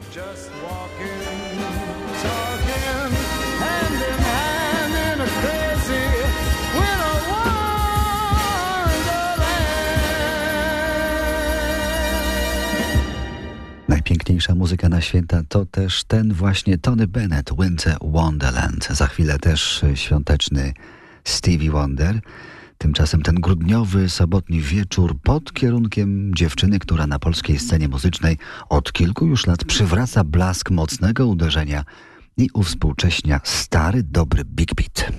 Just walking, talking, hand in hand in a crazy winter wonderland. Najpiękniejsza muzyka na święta to też ten właśnie Tony Bennett, Winter Wonderland. Za chwilę też świąteczny Stevie Wonder. Tymczasem ten grudniowy, sobotni wieczór pod kierunkiem dziewczyny, która na polskiej scenie muzycznej od kilku już lat przywraca blask mocnego uderzenia i uwspółcześnia stary, dobry big beat.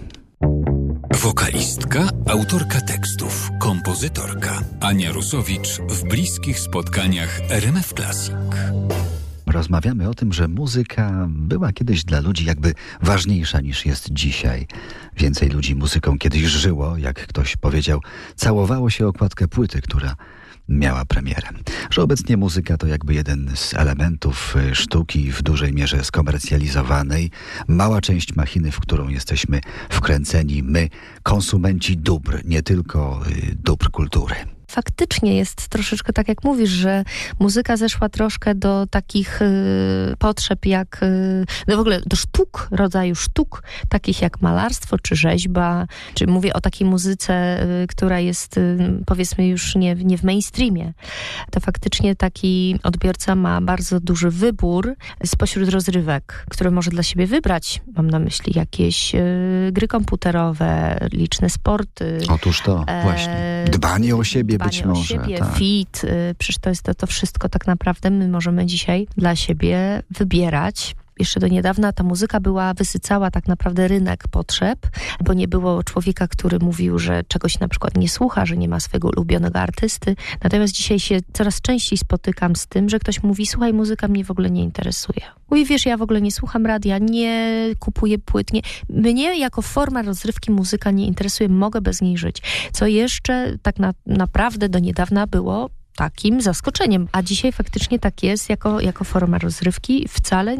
Wokalistka, autorka tekstów, kompozytorka Ania Rusowicz w bliskich spotkaniach RMF Classic. Rozmawiamy o tym, że muzyka była kiedyś dla ludzi jakby ważniejsza niż jest dzisiaj. Więcej ludzi muzyką kiedyś żyło, jak ktoś powiedział, całowało się okładkę płyty, która miała premierę. Że obecnie muzyka to jakby jeden z elementów sztuki w dużej mierze skomercjalizowanej, mała część machiny, w którą jesteśmy wkręceni my, konsumenci dóbr, nie tylko dóbr kultury. Faktycznie jest troszeczkę tak, jak mówisz, że muzyka zeszła troszkę do takich potrzeb jak, no w ogóle do sztuk, rodzaju sztuk, takich jak malarstwo czy rzeźba, czy mówię o takiej muzyce, która jest powiedzmy już nie w mainstreamie. To faktycznie taki odbiorca ma bardzo duży wybór spośród rozrywek, które może dla siebie wybrać. Mam na myśli jakieś gry komputerowe, liczne sporty. Otóż to właśnie. Dbanie o siebie być może. Siebie, tak. fit, przecież to jest to wszystko tak naprawdę my możemy dzisiaj dla siebie wybierać. Jeszcze do niedawna ta muzyka wysycała tak naprawdę rynek potrzeb, bo nie było człowieka, który mówił, że czegoś na przykład nie słucha, że nie ma swojego ulubionego artysty. Natomiast dzisiaj się coraz częściej spotykam z tym, że ktoś mówi, słuchaj, muzyka mnie w ogóle nie interesuje. Mówi, wiesz, ja w ogóle nie słucham radia, nie kupuję płyt, mnie jako forma rozrywki muzyka nie interesuje, mogę bez niej żyć. Co jeszcze tak naprawdę do niedawna było takim zaskoczeniem. A dzisiaj faktycznie tak jest jako forma rozrywki. Wcale,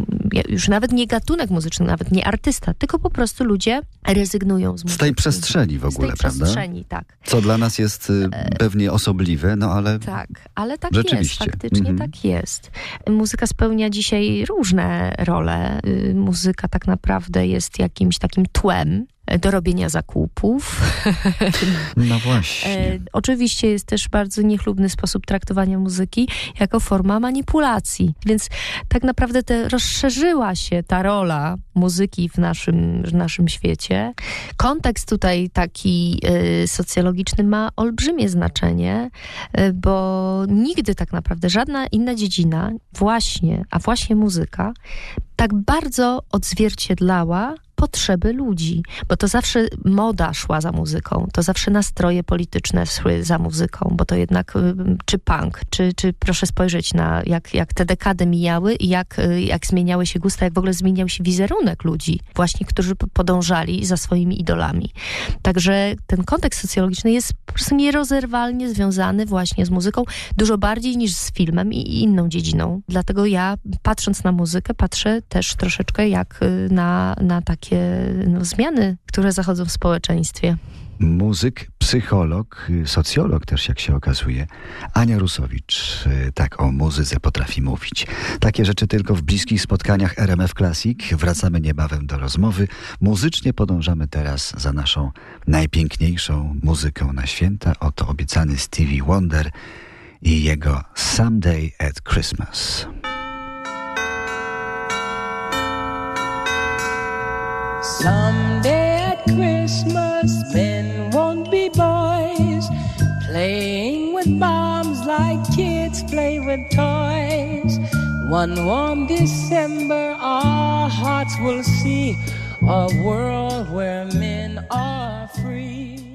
już nawet nie gatunek muzyczny, nawet nie artysta, tylko po prostu ludzie rezygnują z muzyki. Z tej przestrzeni w ogóle, prawda? Z tej przestrzeni, tak. Co dla nas jest pewnie osobliwe, no ale tak, ale tak rzeczywiście. jest, faktycznie tak jest. Muzyka spełnia dzisiaj różne role. Muzyka tak naprawdę jest jakimś takim tłem do robienia zakupów. No właśnie. Oczywiście jest też bardzo niechlubny sposób traktowania muzyki jako forma manipulacji. Więc tak naprawdę rozszerzyła się ta rola muzyki w naszym świecie. Kontekst tutaj taki socjologiczny ma olbrzymie znaczenie, bo nigdy tak naprawdę żadna inna dziedzina, właśnie muzyka, tak bardzo odzwierciedlała potrzeby ludzi, bo to zawsze moda szła za muzyką, to zawsze nastroje polityczne szły za muzyką, bo to jednak czy punk, czy proszę spojrzeć na jak te dekady mijały i jak zmieniały się gusta, jak w ogóle zmieniał się wizerunek ludzi, właśnie którzy podążali za swoimi idolami. Także ten kontekst socjologiczny jest po prostu nierozerwalnie związany właśnie z muzyką, dużo bardziej niż z filmem i inną dziedziną. Dlatego ja, patrząc na muzykę, patrzę też troszeczkę jak na takie zmiany, które zachodzą w społeczeństwie. Muzyk, psycholog, socjolog też, jak się okazuje. Ania Rusowicz tak o muzyce potrafi mówić. Takie rzeczy tylko w bliskich spotkaniach RMF Classic. Wracamy niebawem do rozmowy. Muzycznie podążamy teraz za naszą najpiękniejszą muzyką na święta. Oto obiecany Stevie Wonder i jego Someday at Christmas. Someday at Christmas, men won't be boys, playing with bombs like kids play with toys. One warm December, our hearts will see a world where men are free.